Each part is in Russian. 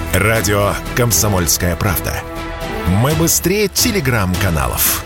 Радио «Комсомольская правда». Мы быстрее телеграм-каналов.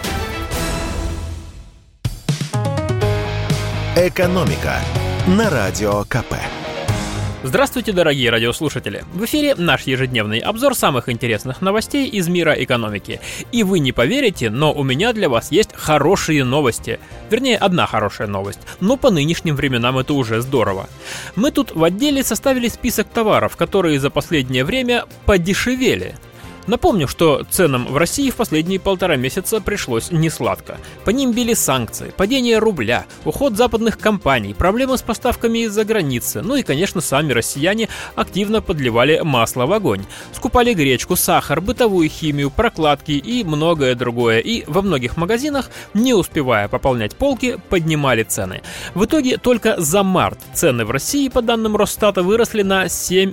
«Экономика» на Радио КП. Здравствуйте, дорогие радиослушатели! В эфире наш ежедневный обзор самых интересных новостей из мира экономики. И вы не поверите, но у меня для вас есть хорошие новости. Вернее, одна хорошая новость. Но по нынешним временам это уже здорово. Мы тут в отделе составили список товаров, которые за последнее время подешевели. Напомню, что ценам в России в последние 1,5 месяца пришлось несладко. По ним били санкции, падение рубля, уход западных компаний, проблемы с поставками из-за границы, ну и, конечно, сами россияне активно подливали масло в огонь. Скупали гречку, сахар, бытовую химию, прокладки и многое другое. И во многих магазинах, не успевая пополнять полки, поднимали цены. В итоге только за март цены в России, по данным Росстата, выросли на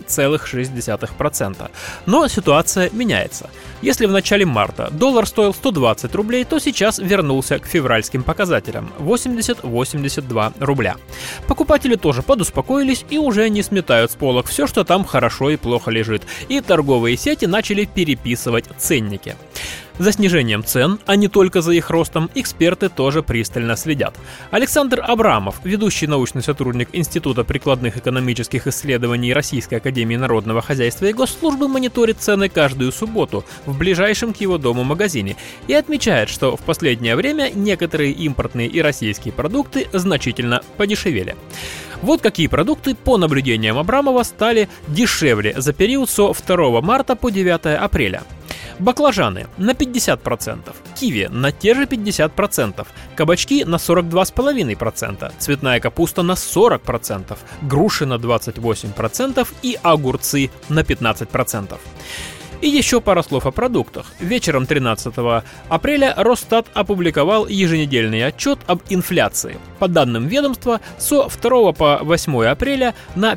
7,6%. Но ситуация меняется. Если в начале марта доллар стоил 120 рублей, то сейчас вернулся к февральским показателям – 80-82 рубля. Покупатели тоже подуспокоились и уже не сметают с полок все, что там хорошо и плохо лежит, и торговые сети начали переписывать ценники. За снижением цен, а не только за их ростом, эксперты тоже пристально следят. Александр Абрамов, ведущий научный сотрудник Института прикладных экономических исследований Российской академии народного хозяйства и госслужбы, мониторит цены каждую субботу в ближайшем к его дому магазине и отмечает, что в последнее время некоторые импортные и российские продукты значительно подешевели. Вот какие продукты, по наблюдениям Абрамова, стали дешевле за период со 2 марта по 9 апреля. Баклажаны на 50%, киви на те же 50%, кабачки на 42,5%, цветная капуста на 40%, груши на 28% и огурцы на 15%. И еще пара слов о продуктах. Вечером 13 апреля Росстат опубликовал еженедельный отчет об инфляции. По данным ведомства, со 2 по 8 апреля на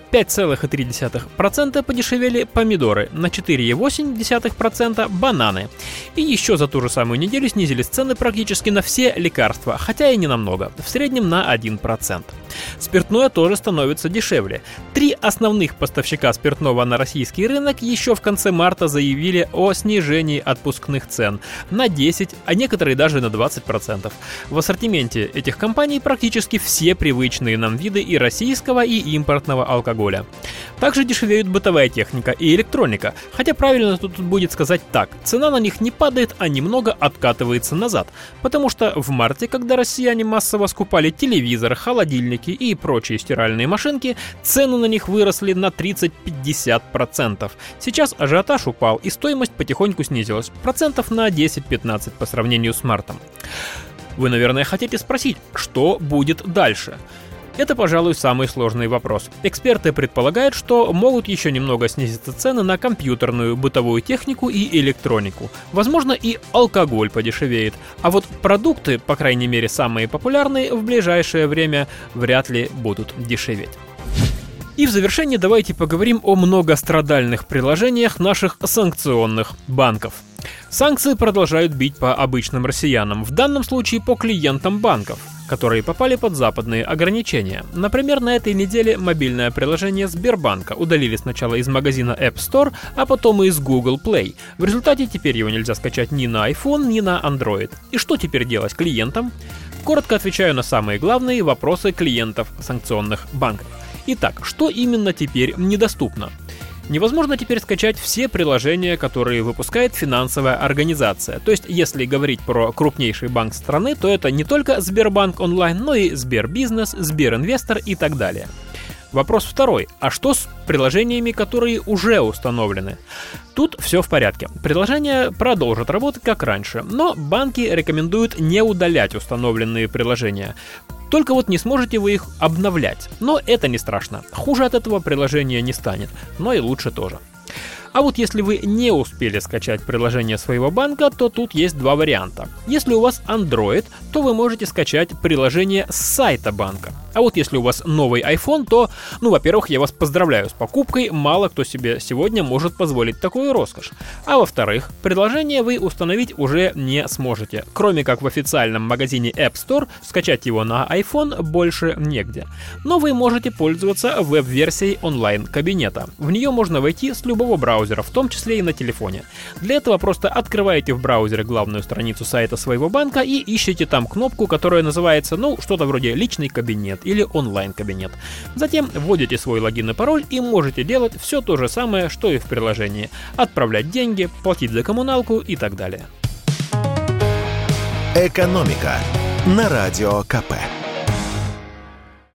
5,3% подешевели помидоры, на 4,8% бананы. И еще за ту же самую неделю снизились цены практически на все лекарства, хотя и не намного, в среднем на 1%. Спиртное тоже становится дешевле. 3 основных поставщика спиртного на российский рынок еще в конце марта заявили о снижении отпускных цен на 10, а некоторые даже на 20%. В ассортименте этих компаний практически все привычные нам виды и российского, и импортного алкоголя. Также дешевеют бытовая техника и электроника, хотя правильно тут будет сказать так: цена на них не падает, а немного откатывается назад, потому что в марте, когда россияне массово скупали телевизоры, холодильники и прочие стиральные машинки, цены на них выросли на 30-50%. Сейчас ажиотаж упал, и стоимость потихоньку снизилась, процентов на 10-15 по сравнению с мартом. Вы, наверное, хотите спросить, что будет дальше? Это, пожалуй, самый сложный вопрос. Эксперты предполагают, что могут еще немного снизиться цены на компьютерную, бытовую технику и электронику. Возможно, и алкоголь подешевеет. А вот продукты, по крайней мере самые популярные, в ближайшее время вряд ли будут дешеветь. И в завершение давайте поговорим о многострадальных приложениях наших санкционных банков. Санкции продолжают бить по обычным россиянам, в данном случае по клиентам банков, которые попали под западные ограничения. Например, на этой неделе мобильное приложение Сбербанка удалили сначала из магазина App Store, а потом и из Google Play. В результате теперь его нельзя скачать ни на iPhone, ни на Android. И что теперь делать клиентам? Коротко отвечаю на самые главные вопросы клиентов санкционных банков. Итак, что именно теперь недоступно? Невозможно теперь скачать все приложения, которые выпускает финансовая организация. То есть, если говорить про крупнейший банк страны, то это не только Сбербанк онлайн, но и Сбербизнес, Сберинвестор и так далее. Вопрос второй. А что с приложениями, которые уже установлены? Тут все в порядке. Приложения продолжат работать как раньше, но банки рекомендуют не удалять установленные приложения. Только вот не сможете вы их обновлять. Но это не страшно. Хуже от этого приложение не станет, но и лучше тоже. А вот если вы не успели скачать приложение своего банка, то тут есть два варианта. Если у вас Android, то вы можете скачать приложение с сайта банка. А вот если у вас новый iPhone, то, во-первых, я вас поздравляю с покупкой, мало кто себе сегодня может позволить такую роскошь. А во-вторых, приложение вы установить уже не сможете. Кроме как в официальном магазине App Store, скачать его на iPhone больше негде. Но вы можете пользоваться веб-версией онлайн-кабинета. В нее можно войти с любого браузера браузера, в том числе и на телефоне. Для этого просто открываете в браузере главную страницу сайта своего банка и ищете там кнопку, которая называется, что-то вроде «Личный кабинет» или «Онлайн-кабинет». Затем вводите свой логин и пароль и можете делать все то же самое, что и в приложении. Отправлять деньги, платить за коммуналку и так далее. «Экономика» на Радио КП.